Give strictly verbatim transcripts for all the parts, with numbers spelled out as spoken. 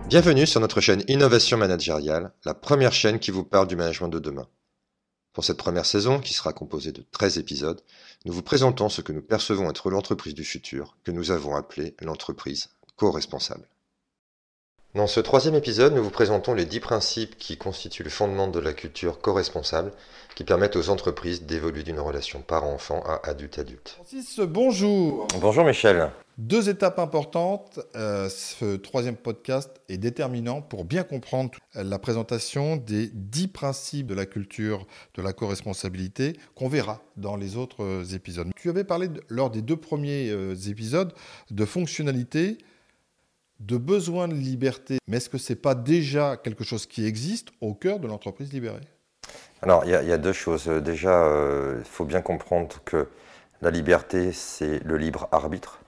Bienvenue sur notre chaîne Innovation Managériale, la première chaîne qui vous parle du management de demain. Pour cette première saison, qui sera composée de treize épisodes, nous vous présentons ce que nous percevons être l'entreprise du futur, que nous avons appelée l'entreprise co-responsable. Dans ce troisième épisode, nous vous présentons les dix principes qui constituent le fondement de la culture co-responsable, qui permettent aux entreprises d'évoluer d'une relation parent-enfant à adulte-adulte. Francis, bonjour. Bonjour Michel. Deux étapes importantes. Euh, ce troisième podcast est déterminant pour bien comprendre la présentation des dix principes de la culture de la co-responsabilité qu'on verra dans les autres épisodes. Tu avais parlé de, lors des deux premiers euh, épisodes de fonctionnalité, de besoin de liberté. Mais est-ce que ce n'est pas déjà quelque chose qui existe au cœur de l'entreprise libérée ? Alors, il y, y a deux choses. Déjà, il euh, faut bien comprendre que la liberté, c'est le libre arbitre.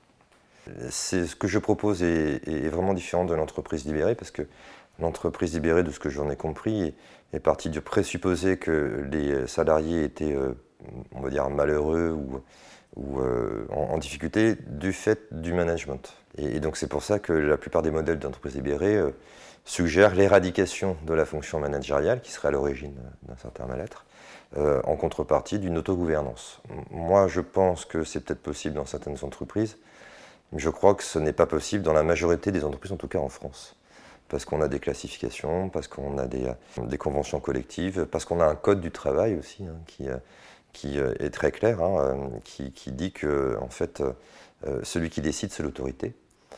C'est ce que je propose est, est vraiment différent de l'entreprise libérée, parce que l'entreprise libérée, de ce que j'en ai compris, est, est partie du présupposé que les salariés étaient, euh, on va dire, malheureux ou, ou euh, en, en difficulté du fait du management. Et, et donc, c'est pour ça que la plupart des modèles d'entreprise libérée euh, suggèrent l'éradication de la fonction managériale, qui serait à l'origine d'un certain mal-être, euh, en contrepartie d'une autogouvernance. Moi, je pense que c'est peut-être possible dans certaines entreprises, mais je crois que ce n'est pas possible dans la majorité des entreprises, en tout cas en France. Parce qu'on a des classifications, parce qu'on a des, des conventions collectives, parce qu'on a un code du travail aussi, hein, qui, qui est très clair, hein, qui, qui dit que en fait, euh, celui qui décide, c'est l'autorité.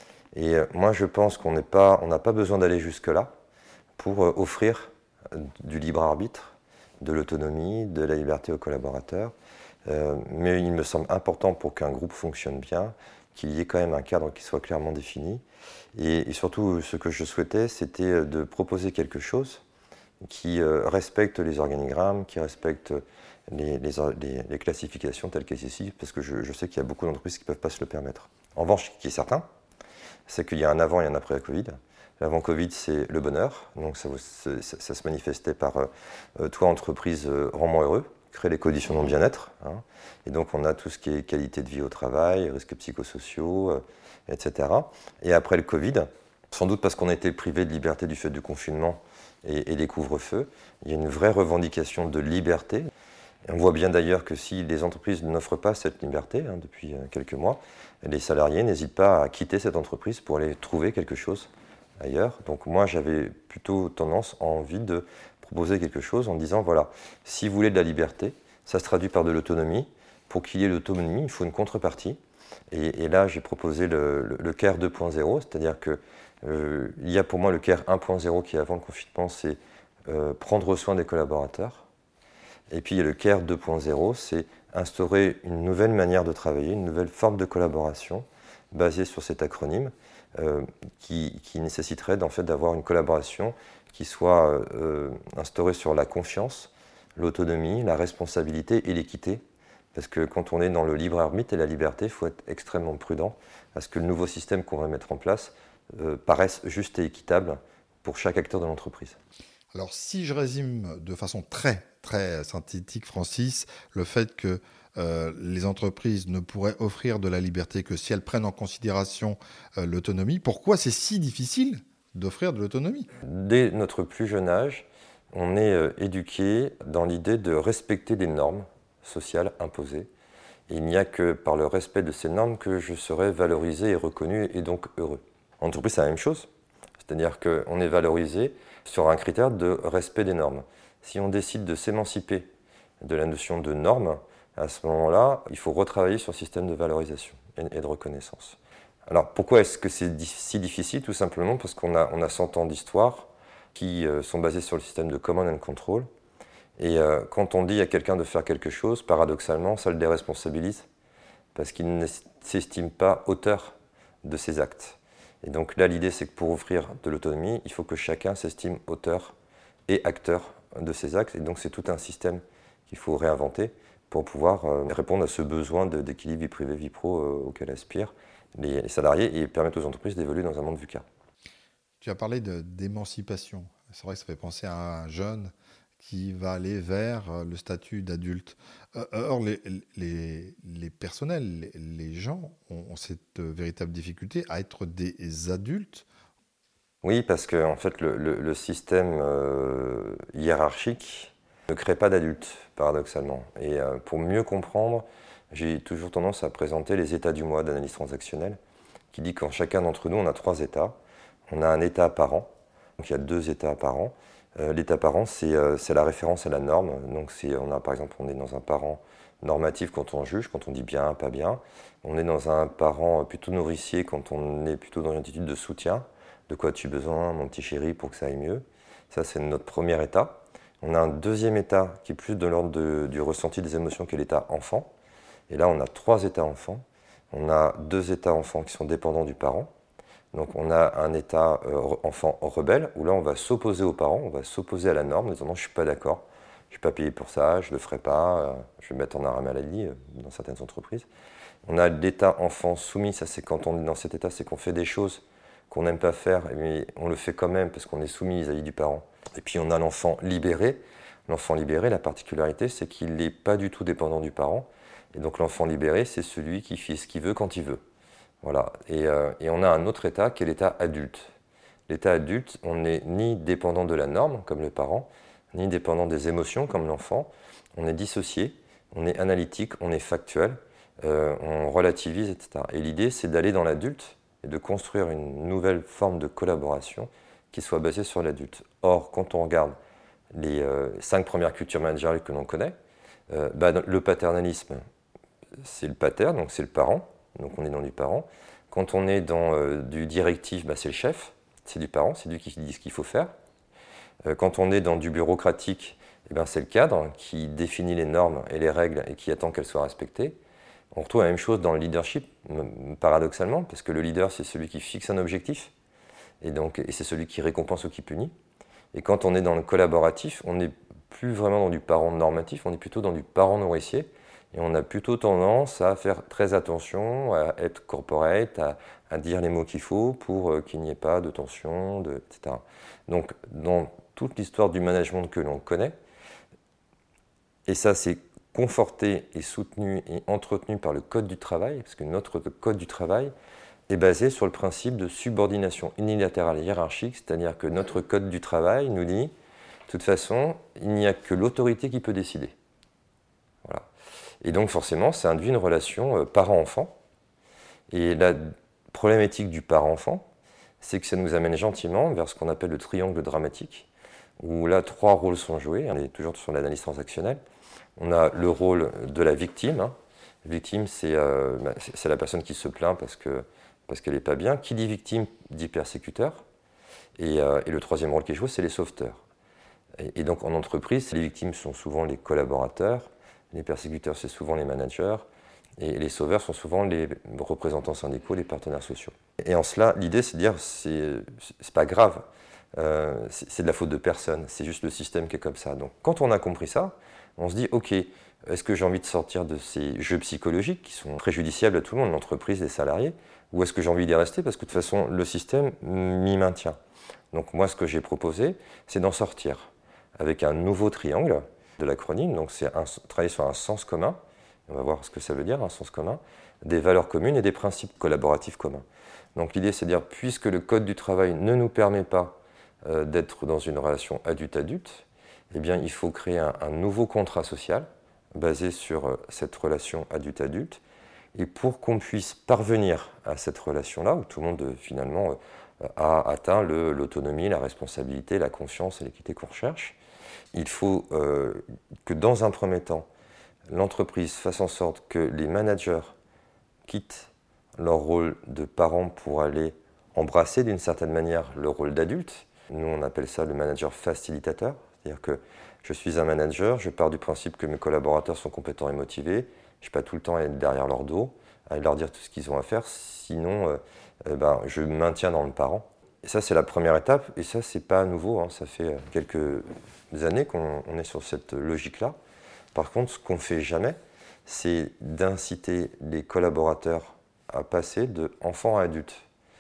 Et moi, je pense qu'on n'est pas, on n'a pas besoin d'aller jusque-là pour offrir du libre arbitre, de l'autonomie, de la liberté aux collaborateurs. Euh, mais il me semble important pour qu'un groupe fonctionne bien, qu'il y ait quand même un cadre qui soit clairement défini. Et, et surtout, ce que je souhaitais, c'était de proposer quelque chose qui euh, respecte les organigrammes, qui respecte les, les, les, les classifications telles qu'elles ici, parce que je, je sais qu'il y a beaucoup d'entreprises qui ne peuvent pas se le permettre. En revanche, ce qui est certain, c'est qu'il y a un avant et un après la Covid. L'avant Covid, c'est le bonheur. Donc ça, ça, ça se manifestait par euh, toi, entreprise, euh, rends-moi heureux, créer les conditions de bien-être. Hein. Et donc on a tout ce qui est qualité de vie au travail, risques psychosociaux, euh, et cetera. Et après le Covid, sans doute parce qu'on a été privé de liberté du fait du confinement et, et des couvre-feux, il y a une vraie revendication de liberté. Et on voit bien d'ailleurs que si les entreprises n'offrent pas cette liberté, hein, depuis quelques mois, les salariés n'hésitent pas à quitter cette entreprise pour aller trouver quelque chose ailleurs. Donc moi, j'avais plutôt tendance, envie de proposer quelque chose en disant, voilà, si vous voulez de la liberté, ça se traduit par de l'autonomie. Pour qu'il y ait l'autonomie, il faut une contrepartie. Et, et là, j'ai proposé le, le, le CARE deux point zéro, c'est-à-dire qu'il euh, y a pour moi le CARE un point zéro qui est avant le confinement, c'est euh, prendre soin des collaborateurs. Et puis il y a le CARE deux point zéro, c'est instaurer une nouvelle manière de travailler, une nouvelle forme de collaboration basée sur cet acronyme euh, qui, qui nécessiterait en fait, d'avoir une collaboration qui soit euh, instaurée sur la confiance, l'autonomie, la responsabilité et l'équité. Parce que quand on est dans le libre arbitre et la liberté, il faut être extrêmement prudent à ce que le nouveau système qu'on va mettre en place euh, paraisse juste et équitable pour chaque acteur de l'entreprise. Alors, si je résume de façon très, très synthétique, Francis, le fait que euh, les entreprises ne pourraient offrir de la liberté que si elles prennent en considération euh, l'autonomie, pourquoi c'est si difficile d'offrir de l'autonomie ? Dès notre plus jeune âge, on est euh, éduqué dans l'idée de respecter des normes sociales imposées. Et il n'y a que par le respect de ces normes que je serai valorisé et reconnu et donc heureux. En entreprise, c'est la même chose. C'est-à-dire qu'on est valorisé sur un critère de respect des normes. Si on décide de s'émanciper de la notion de normes, à ce moment-là, il faut retravailler sur le système de valorisation et de reconnaissance. Alors pourquoi est-ce que c'est si difficile ? Tout simplement parce qu'on a, on a cent ans d'histoire qui euh, sont basés sur le système de command and control. Et euh, quand on dit à quelqu'un de faire quelque chose, paradoxalement, ça le déresponsabilise parce qu'il ne s'estime pas auteur de ses actes. Et donc là, l'idée, c'est que pour offrir de l'autonomie, il faut que chacun s'estime auteur et acteur de ses actes. Et donc c'est tout un système qu'il faut réinventer pour pouvoir euh, répondre à ce besoin de, d'équilibre vie privée, vie pro euh, auquel aspirent les, les salariés et permettre aux entreprises d'évoluer dans un monde VUCA. Tu as parlé de, d'émancipation. C'est vrai que ça fait penser à un jeune qui va aller vers le statut d'adulte. Or, les, les, les personnels, les, les gens ont, ont cette véritable difficulté à être des adultes Oui, parce que en fait, le, le- le système euh, hiérarchique ne crée pas d'adultes, paradoxalement. Et euh, pour mieux comprendre, j'ai toujours tendance à présenter les états du moi d'analyse transactionnelle, qui dit qu'en chacun d'entre nous, on a trois états. On a un état apparent, donc il y a deux états apparents. Euh, l'état apparent, c'est euh, c'est la référence à la norme. Donc c'est, on a, par exemple, on est dans un parent normatif quand on juge, quand on dit bien, pas bien. On est dans un parent plutôt nourricier quand on est plutôt dans une attitude de soutien. De quoi as-tu besoin, mon petit chéri, pour que ça aille mieux? Ça, c'est notre premier état. On a un deuxième état qui est plus de l'ordre de- du ressenti des émotions, qui est l'état enfant. Et là, on a trois états enfants. On a deux états enfants qui sont dépendants du parent. Donc on a un état euh, enfant rebelle, où là, on va s'opposer aux parents, on va s'opposer à la norme, en disant non, je ne suis pas d'accord, je ne suis pas payé pour ça, je ne le ferai pas, euh, je vais me mettre en arrêt maladie euh, dans certaines entreprises. On a l'état enfant soumis, ça c'est quand on est dans cet état, c'est qu'on fait des choses qu'on n'aime pas faire, mais on le fait quand même parce qu'on est soumis vis-à-vis du parent. Et puis on a l'enfant libéré. L'enfant libéré, la particularité, c'est qu'il n'est pas du tout dépendant du parent. Et donc l'enfant libéré, c'est celui qui fait ce qu'il veut quand il veut. Voilà. Et, euh, et on a un autre état qui est l'état adulte. L'état adulte, on n'est ni dépendant de la norme, comme le parent, ni dépendant des émotions, comme l'enfant. On est dissocié, on est analytique, on est factuel, euh, on relativise, et cetera. Et l'idée, c'est d'aller dans l'adulte et de construire une nouvelle forme de collaboration qui soit basée sur l'adulte. Or, quand on regarde les euh, cinq premières cultures managériales que l'on connaît, euh, bah, le paternalisme, c'est le pater, donc c'est le parent, donc on est dans du parent. Quand on est dans euh, du directif, bah, c'est le chef, c'est du parent, c'est lui qui dit ce qu'il faut faire. Euh, quand on est dans du bureaucratique, eh ben, c'est le cadre qui définit les normes et les règles et qui attend qu'elles soient respectées. On retrouve la même chose dans le leadership, paradoxalement, parce que le leader, c'est celui qui fixe un objectif, et, donc, et c'est celui qui récompense ou qui punit. Et quand on est dans le collaboratif, on n'est plus vraiment dans du parent normatif, on est plutôt dans du parent nourricier, et on a plutôt tendance à faire très attention, à être corporate, à, à dire les mots qu'il faut pour euh, qu'il n'y ait pas de tension, de, et cetera. Donc, dans toute l'histoire du management que l'on connaît, et ça c'est conforté et soutenu et entretenu par le Code du travail, parce que notre Code du travail est basé sur le principe de subordination unilatérale et hiérarchique, c'est-à-dire que notre Code du travail nous dit, de toute façon, il n'y a que l'autorité qui peut décider. Voilà. Et donc forcément, ça induit une relation parent-enfant. Et la problématique du parent-enfant, c'est que ça nous amène gentiment vers ce qu'on appelle le triangle dramatique, où là, trois rôles sont joués. On est toujours sur l'analyse transactionnelle. On a le rôle de la victime. Hein. La victime, c'est euh, c'est la personne qui se plaint parce que, parce qu'elle n'est pas bien. Qui dit victime dit persécuteur. Et, euh, et le troisième rôle qui est joué, c'est les sauveteurs. Et, et donc en entreprise, les victimes sont souvent les collaborateurs, les persécuteurs, c'est souvent les managers, et les sauveurs sont souvent les représentants syndicaux, les partenaires sociaux. Et en cela, l'idée, c'est de dire, c'est, c'est pas grave, euh, c'est, c'est de la faute de personne, c'est juste le système qui est comme ça. Donc quand on a compris ça, on se dit, ok, est-ce que j'ai envie de sortir de ces jeux psychologiques qui sont préjudiciables à tout le monde, l'entreprise, les salariés, ou est-ce que j'ai envie d'y rester parce que de toute façon, le système m'y maintient. Donc moi, ce que j'ai proposé, c'est d'en sortir avec un nouveau triangle de l'acronyme, donc c'est un, travailler sur un sens commun, on va voir ce que ça veut dire, un sens commun, des valeurs communes et des principes collaboratifs communs. Donc l'idée, c'est de dire, puisque le Code du travail ne nous permet pas euh, d'être dans une relation adulte-adulte, eh bien, il faut créer un, un nouveau contrat social basé sur euh, cette relation adulte-adulte. Et pour qu'on puisse parvenir à cette relation-là, où tout le monde, finalement, euh, a atteint le, l'autonomie, la responsabilité, la confiance et l'équité qu'on recherche, il faut euh, que, dans un premier temps, l'entreprise fasse en sorte que les managers quittent leur rôle de parents pour aller embrasser d'une certaine manière le rôle d'adulte. Nous, on appelle ça le manager facilitateur. C'est-à-dire que je suis un manager, je pars du principe que mes collaborateurs sont compétents et motivés. Je n'ai pas tout le temps à être derrière leur dos, à leur dire tout ce qu'ils ont à faire. Sinon, euh, euh, ben, je me maintiens dans le parent. Et ça, c'est la première étape. Et ça, ce n'est pas nouveau. Hein. Ça fait quelques années qu'on on est sur cette logique-là. Par contre, ce qu'on ne fait jamais, c'est d'inciter les collaborateurs à passer de enfant à adulte.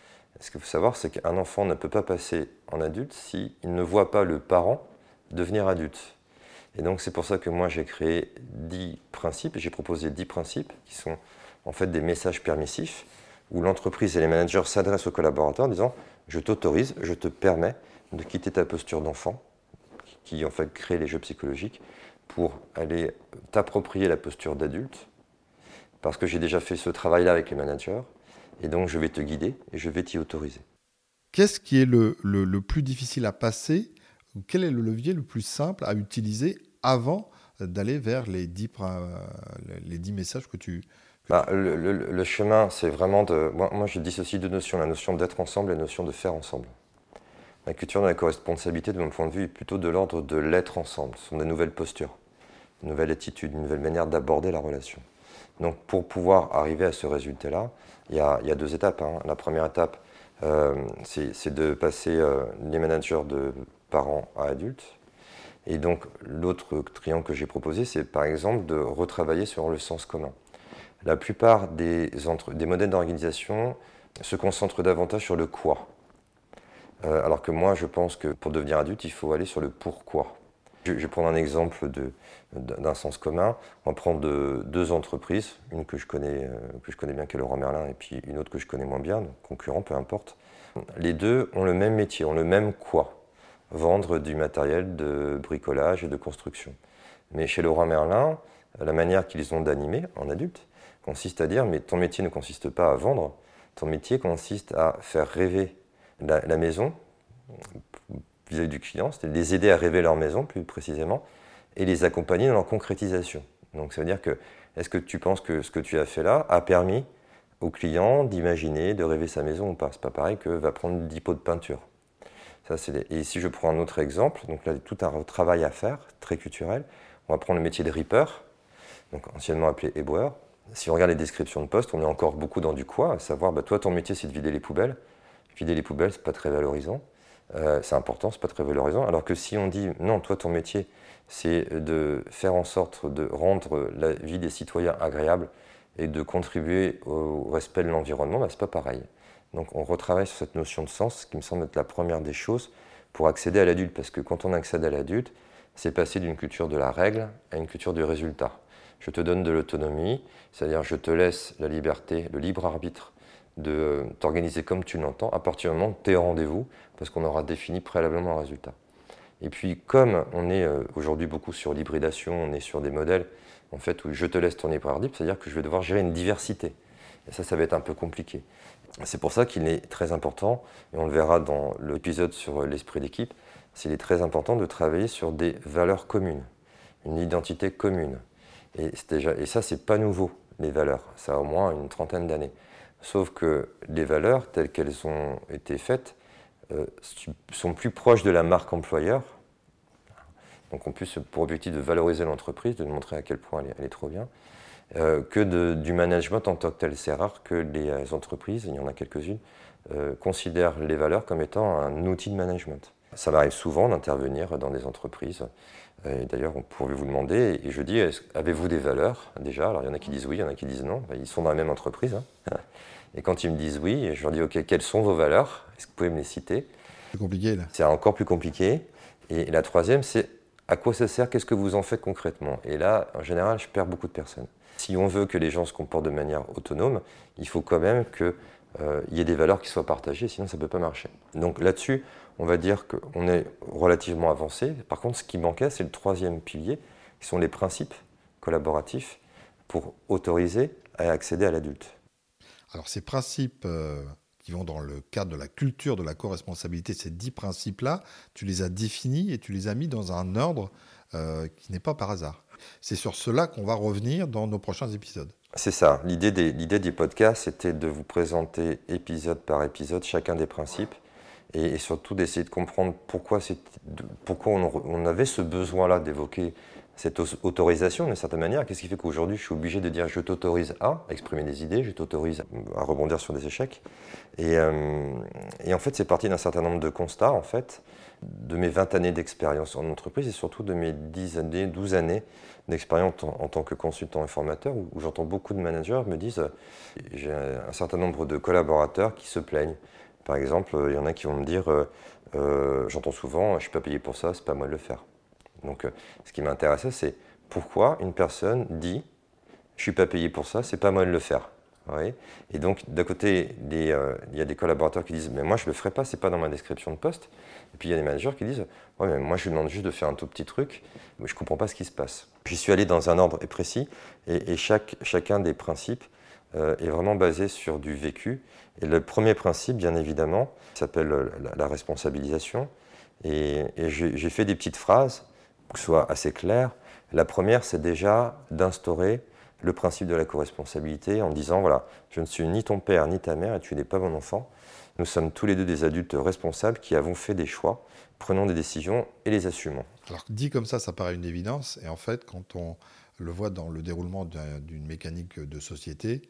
Ce qu'il faut savoir, c'est qu'un enfant ne peut pas passer en adulte s'il ne voit pas le parent devenir adulte. Et donc c'est pour ça que moi j'ai créé dix principes, j'ai proposé dix principes qui sont en fait des messages permissifs où l'entreprise et les managers s'adressent aux collaborateurs en disant « je t'autorise, je te permets de quitter ta posture d'enfant », qui en fait crée les jeux psychologiques, pour aller t'approprier la posture d'adulte, parce que j'ai déjà fait ce travail-là avec les managers, et donc je vais te guider et je vais t'y autoriser. Qu'est-ce qui est le, le, le plus difficile à passer, ou quel est le levier le plus simple à utiliser avant d'aller vers les dix, les dix messages que tu... Que bah, tu... Le, le, le chemin, c'est vraiment de... Moi, moi, je dissocie deux notions, la notion d'être ensemble et la notion de faire ensemble. La culture de la co-responsabilité, de mon point de vue, est plutôt de l'ordre de l'être ensemble. Ce sont des nouvelles postures, une nouvelle attitude, une nouvelle manière d'aborder la relation. Donc, pour pouvoir arriver à ce résultat-là, il y a, il y a deux étapes. Hein. La première étape, euh, c'est, c'est de passer euh, les managers de parents à adultes. Et donc, l'autre triangle que j'ai proposé, c'est par exemple de retravailler sur le sens commun. La plupart des, entre, des modèles d'organisation se concentrent davantage sur le quoi. Euh, alors que moi, je pense que pour devenir adulte, il faut aller sur le pourquoi. Je, je vais prendre un exemple de, d'un sens commun. On va prendre de, deux entreprises, une que je connais, euh, que je connais bien, qui est Leroy Merlin, et puis une autre que je connais moins bien, donc concurrent, peu importe. Les deux ont le même métier, ont le même quoi. Vendre du matériel de bricolage et de construction. Mais chez Leroy Merlin, la manière qu'ils ont d'animer en adulte consiste à dire, mais ton métier ne consiste pas à vendre, ton métier consiste à faire rêver la, la maison vis-à-vis du client, c'est-à-dire les aider à rêver leur maison plus précisément, et les accompagner dans leur concrétisation. Donc ça veut dire que, est-ce que tu penses que ce que tu as fait là a permis au client d'imaginer, de rêver sa maison ou pas? C'est pas pareil que va prendre dix pots de peinture. Ça, c'est les... Et si je prends un autre exemple, donc là, tout un travail à faire, très culturel, on va prendre le métier de ripper, donc anciennement appelé éboueur. Si on regarde les descriptions de poste, on est encore beaucoup dans du quoi, à savoir, bah, toi, ton métier, c'est de vider les poubelles. Vider les poubelles, c'est pas très valorisant. Euh, c'est important, c'est pas très valorisant. Alors que si on dit, non, toi, ton métier, c'est de faire en sorte de rendre la vie des citoyens agréable et de contribuer au respect de l'environnement, bah, c'est pas pareil. Donc on retravaille sur cette notion de sens, qui me semble être la première des choses pour accéder à l'adulte. Parce que quand on accède à l'adulte, c'est passer d'une culture de la règle à une culture du résultat. Je te donne de l'autonomie, c'est-à-dire je te laisse la liberté, le libre arbitre de t'organiser comme tu l'entends à partir du moment où tu es au rendez-vous, parce qu'on aura défini préalablement un résultat. Et puis comme on est aujourd'hui beaucoup sur l'hybridation, on est sur des modèles en fait, où je te laisse ton libre arbitre, c'est-à-dire que je vais devoir gérer une diversité. Et ça, ça va être un peu compliqué. C'est pour ça qu'il est très important, et on le verra dans l'épisode sur l'esprit d'équipe, c'est très important de travailler sur des valeurs communes, une identité commune. Et, déjà, et ça, c'est pas nouveau, les valeurs. Ça a au moins une trentaine d'années. Sauf que les valeurs, telles qu'elles ont été faites, euh, sont plus proches de la marque employeur. Donc, on plus pour objectif de valoriser l'entreprise, de montrer à quel point elle est, elle est trop bien. Euh, que de, du management en tant que tel. C'est rare que les entreprises, il y en a quelques-unes, euh, considèrent les valeurs comme étant un outil de management. Ça m'arrive souvent d'intervenir dans des entreprises. Et d'ailleurs, on pourrait vous demander, et je dis, avez-vous des valeurs déjà? Alors il y en a qui disent oui, il y en a qui disent non. Ben, ils sont dans la même entreprise. Hein. Et quand ils me disent oui, je leur dis, ok, quelles sont vos valeurs? Est-ce que vous pouvez me les citer? C'est compliqué là. C'est encore plus compliqué. Et la troisième, c'est à quoi ça sert? Qu'est-ce que vous en faites concrètement? Et là, en général, je perds beaucoup de personnes. Si on veut que les gens se comportent de manière autonome, il faut quand même qu'il euh, y ait des valeurs qui soient partagées, sinon ça ne peut pas marcher. Donc là-dessus, on va dire qu'on est relativement avancé. Par contre, ce qui manquait, c'est le troisième pilier, qui sont les principes collaboratifs pour autoriser à accéder à l'adulte. Alors ces principes euh, qui vont dans le cadre de la culture de la co-responsabilité, ces dix principes-là, tu les as définis et tu les as mis dans un ordre euh, qui n'est pas par hasard. C'est sur cela qu'on va revenir dans nos prochains épisodes. C'est ça. L'idée des, l'idée des podcasts, c'était de vous présenter épisode par épisode chacun des principes et, et surtout d'essayer de comprendre pourquoi, pourquoi on, on avait ce besoin-là d'évoquer cette autorisation d'une certaine manière. Qu'est-ce qui fait qu'aujourd'hui, je suis obligé de dire je t'autorise à exprimer des idées, je t'autorise à rebondir sur des échecs. Et, euh, et en fait, c'est parti d'un certain nombre de constats, en fait, de mes vingt années d'expérience en entreprise et surtout de mes dix années, douze années d'expérience en, en tant que consultant et formateur, où, où j'entends beaucoup de managers me disent j'ai un certain nombre de collaborateurs qui se plaignent. Par exemple, il y en a qui vont me dire euh, euh, j'entends souvent je ne suis pas payé pour ça, c'est pas à moi de le faire. Donc, euh, ce qui m'intéressait, c'est pourquoi une personne dit je ne suis pas payé pour ça, c'est pas à moi de le faire. Oui. Et donc, d'un côté, des, euh, il y a des collaborateurs qui disent « mais moi, je ne le ferai pas, ce n'est pas dans ma description de poste ». Et puis, il y a des managers qui disent « ouais, mais moi, je lui demande juste de faire un tout petit truc, mais je ne comprends pas ce qui se passe ». J'y suis allé dans un ordre précis, et, et chaque, chacun des principes euh, est vraiment basé sur du vécu. Et le premier principe, bien évidemment, s'appelle la, la responsabilisation. Et, et j'ai, j'ai fait des petites phrases pour que ce soit assez clair. La première, c'est déjà d'instaurer le principe de la co-responsabilité en disant, voilà, je ne suis ni ton père ni ta mère et tu n'es pas mon enfant. Nous sommes tous les deux des adultes responsables qui avons fait des choix, prenons des décisions et les assumons. Alors dit comme ça, ça paraît une évidence. Et en fait, quand on le voit dans le déroulement d'un, d'une mécanique de société,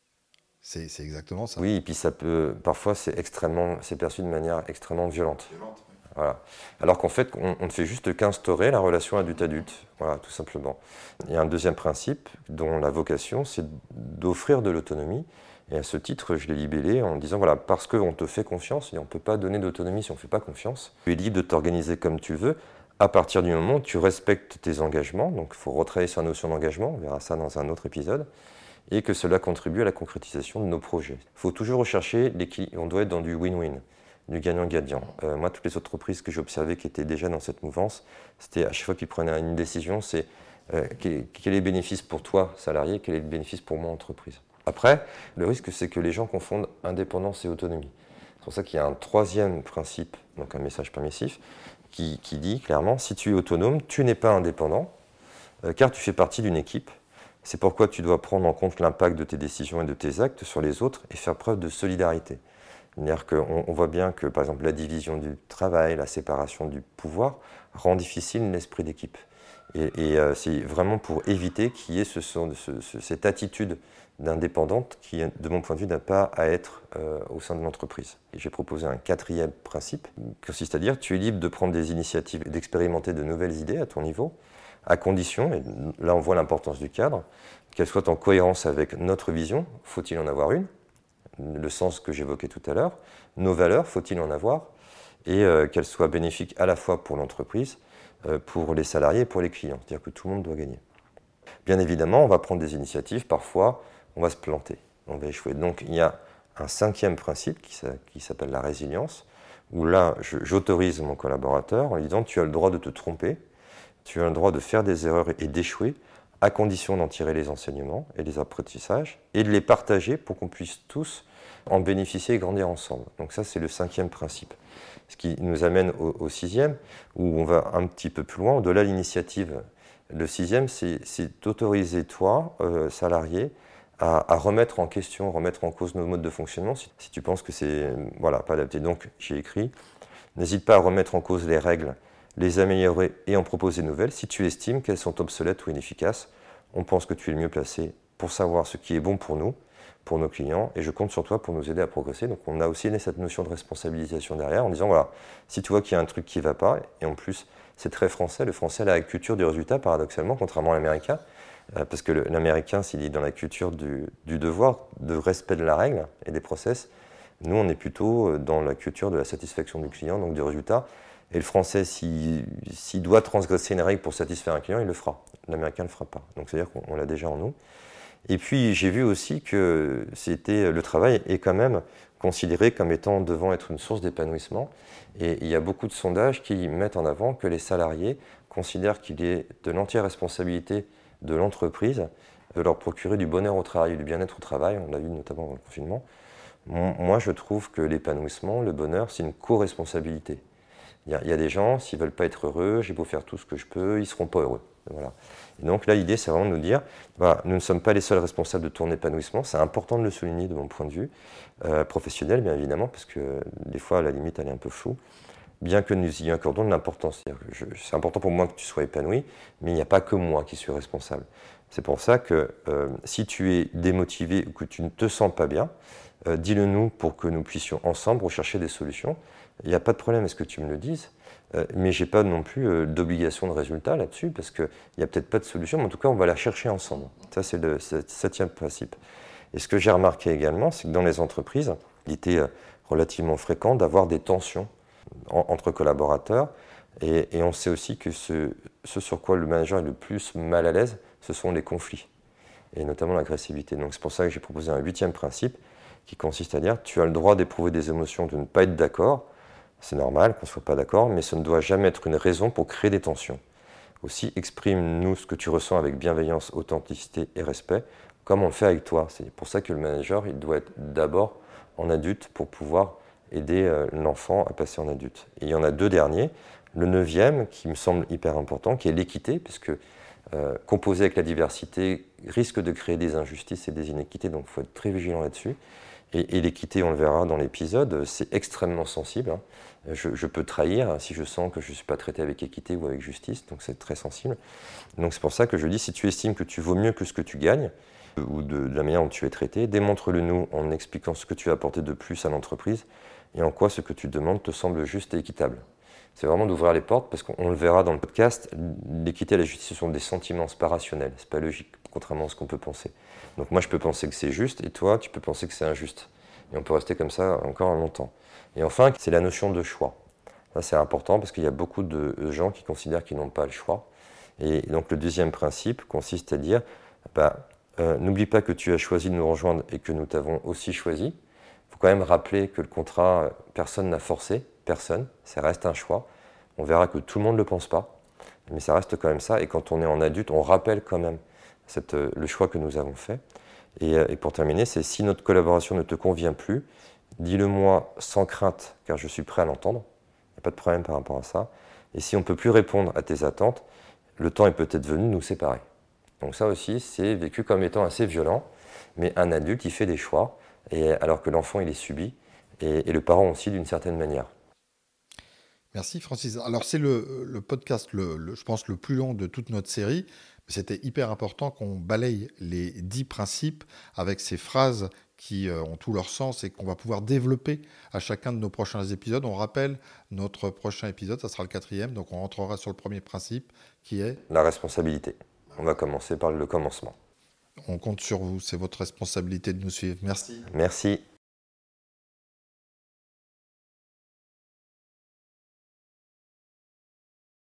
c'est, c'est exactement ça. Oui, et puis ça peut, parfois c'est extrêmement, c'est perçu de manière extrêmement violente. Violente, oui. Voilà. Alors qu'en fait, on, on ne fait juste qu'instaurer la relation adulte-adulte, voilà, tout simplement. Il y a un deuxième principe dont la vocation, c'est d'offrir de l'autonomie. Et à ce titre, je l'ai libellé en disant, voilà, parce qu'on te fait confiance, et on ne peut pas donner d'autonomie si on ne fait pas confiance, tu es libre de t'organiser comme tu veux, à partir du moment où tu respectes tes engagements, donc il faut retravailler sur la notion d'engagement, on verra ça dans un autre épisode, et que cela contribue à la concrétisation de nos projets. Il faut toujours rechercher l'équilibre, on doit être dans du win-win, du gagnant-gagnant. Euh, moi, toutes les entreprises que j'ai observées qui étaient déjà dans cette mouvance, c'était à chaque fois qu'ils prenaient une décision, c'est euh, quel, quel est le bénéfice pour toi, salarié, quel est le bénéfice pour moi, entreprise. Après, le risque, c'est que les gens confondent indépendance et autonomie. C'est pour ça qu'il y a un troisième principe, donc un message permissif, qui, qui dit clairement, si tu es autonome, tu n'es pas indépendant, euh, car tu fais partie d'une équipe. C'est pourquoi tu dois prendre en compte l'impact de tes décisions et de tes actes sur les autres et faire preuve de solidarité. C'est-à-dire qu'on on voit bien que, par exemple, la division du travail, la séparation du pouvoir rend difficile l'esprit d'équipe. Et, et euh, c'est vraiment pour éviter qu'il y ait ce, ce, ce, cette attitude d'indépendante qui, de mon point de vue, n'a pas à être euh, au sein de l'entreprise. Et j'ai proposé un quatrième principe, qui consiste à dire tu es libre de prendre des initiatives et d'expérimenter de nouvelles idées à ton niveau, à condition, et là on voit l'importance du cadre, qu'elles soient en cohérence avec notre vision, faut-il en avoir une, le sens que j'évoquais tout à l'heure, nos valeurs, faut-il en avoir, et euh, qu'elles soient bénéfiques à la fois pour l'entreprise, euh, pour les salariés et pour les clients, c'est-à-dire que tout le monde doit gagner. Bien évidemment, on va prendre des initiatives, parfois on va se planter, on va échouer. Donc il y a un cinquième principe qui, qui s'appelle la résilience, où là je, j'autorise mon collaborateur en lui disant tu as le droit de te tromper, tu as le droit de faire des erreurs et d'échouer, à condition d'en tirer les enseignements et les apprentissages, et de les partager pour qu'on puisse tous en bénéficier et grandir ensemble. Donc ça, c'est le cinquième principe. Ce qui nous amène au, au sixième, où on va un petit peu plus loin, au-delà de l'initiative. Le sixième, c'est, c'est d'autoriser toi, euh, salarié, à, à remettre en question, remettre en cause nos modes de fonctionnement, si, si tu penses que c'est voilà, pas adapté. Donc, j'ai écrit, n'hésite pas à remettre en cause les règles, les améliorer et en proposer de nouvelles. Si tu estimes qu'elles sont obsolètes ou inefficaces, on pense que tu es le mieux placé pour savoir ce qui est bon pour nous, pour nos clients, et je compte sur toi pour nous aider à progresser. Donc on a aussi cette notion de responsabilisation derrière, en disant, voilà, si tu vois qu'il y a un truc qui ne va pas, et en plus, c'est très français, le français a la culture du résultat, paradoxalement, contrairement à l'américain, euh, parce que le, l'américain, s'il est dans la culture du, du devoir, de respect de la règle et des process, nous, on est plutôt dans la culture de la satisfaction du client, donc du résultat. Et le français, s'il, s'il doit transgresser une règle pour satisfaire un client, il le fera. L'américain ne le fera pas. Donc c'est-à-dire qu'on l'a déjà en nous. Et puis j'ai vu aussi que c'était, le travail est quand même considéré comme étant devant être une source d'épanouissement. Et il y a beaucoup de sondages qui mettent en avant que les salariés considèrent qu'il est de l'entière responsabilité de l'entreprise de leur procurer du bonheur au travail, du bien-être au travail. On l'a vu notamment dans le confinement. Moi, je trouve que l'épanouissement, le bonheur, c'est une co-responsabilité. Il y, a, il y a des gens, s'ils ne veulent pas être heureux, j'ai beau faire tout ce que je peux, ils ne seront pas heureux. Voilà. Et donc là, l'idée, c'est vraiment de nous dire, bah, nous ne sommes pas les seuls responsables de ton épanouissement, c'est important de le souligner de mon point de vue, euh, professionnel bien évidemment, parce que des fois, à la limite, elle est un peu floue, bien que nous y accordons de l'importance. C'est, c'est important pour moi que tu sois épanoui, mais il n'y a pas que moi qui suis responsable. C'est pour ça que euh, si tu es démotivé ou que tu ne te sens pas bien, euh, dis-le nous pour que nous puissions ensemble rechercher des solutions. Il n'y a pas de problème à ce que tu me le dises, euh, mais je n'ai pas non plus euh, d'obligation de résultat là-dessus, parce qu'il n'y a peut-être pas de solution, mais en tout cas, on va la chercher ensemble. Ça, c'est le septième principe. Et ce que j'ai remarqué également, c'est que dans les entreprises, il était euh, relativement fréquent d'avoir des tensions en, entre collaborateurs, et, et on sait aussi que ce, ce sur quoi le manager est le plus mal à l'aise, ce sont les conflits. et notamment l'agressivité. Donc c'est pour ça que j'ai proposé un huitième principe qui consiste à dire tu as le droit d'éprouver des émotions, de ne pas être d'accord, c'est normal qu'on ne soit pas d'accord, mais ce ne doit jamais être une raison pour créer des tensions. Aussi, exprime-nous ce que tu ressens avec bienveillance, authenticité et respect, comme on le fait avec toi. C'est pour ça que le manager, il doit être d'abord en adulte pour pouvoir aider euh, l'enfant à passer en adulte. Et il y en a deux derniers. Le neuvième, qui me semble hyper important, qui est l'équité, puisque euh, composer avec la diversité risque de créer des injustices et des inéquités, donc il faut être très vigilant là-dessus. Et, et l'équité, on le verra dans l'épisode, c'est extrêmement sensible. Hein. Je, je peux trahir si je sens que je ne suis pas traité avec équité ou avec justice, donc c'est très sensible. Donc c'est pour ça que je dis, si tu estimes que tu vaux mieux que ce que tu gagnes, ou de, de la manière dont tu es traité, démontre-le nous en expliquant ce que tu as apporté de plus à l'entreprise et en quoi ce que tu demandes te semble juste et équitable. C'est vraiment d'ouvrir les portes, parce qu'on le verra dans le podcast, l'équité et la justice, ce sont des sentiments, c'est pas rationnel, c'est pas logique, contrairement à ce qu'on peut penser. Donc moi je peux penser que c'est juste, et toi tu peux penser que c'est injuste. Et on peut rester comme ça encore longtemps. Et enfin, c'est la notion de choix. Ça c'est important, parce qu'il y a beaucoup de gens qui considèrent qu'ils n'ont pas le choix. Et donc le deuxième principe consiste à dire, bah, euh, n'oublie pas que tu as choisi de nous rejoindre et que nous t'avons aussi choisi. Il faut quand même rappeler que le contrat, personne n'a forcé, personne, ça reste un choix. On verra que tout le monde ne le pense pas, mais ça reste quand même ça. Et quand on est en adulte, on rappelle quand même cette, le choix que nous avons fait. Et, et pour terminer, c'est si notre collaboration ne te convient plus, dis-le moi sans crainte, car je suis prêt à l'entendre. Il n'y a pas de problème par rapport à ça. Et si on ne peut plus répondre à tes attentes, le temps est peut-être venu de nous séparer. Donc ça aussi, c'est vécu comme étant assez violent, mais un adulte, il fait des choix, et alors que l'enfant, il les subit, et, et le parent aussi d'une certaine manière. Merci Francis. Alors c'est le, le podcast, le, le, je pense, le plus long de toute notre série. C'était hyper important qu'on balaye les dix principes avec ces phrases qui euh, ont tout leur sens et qu'on va pouvoir développer à chacun de nos prochains épisodes. On rappelle, notre prochain épisode, ça sera le quatrième, donc on rentrera sur le premier principe qui est... La responsabilité. On va commencer par le commencement. On compte sur vous, c'est votre responsabilité de nous suivre. Merci. Merci.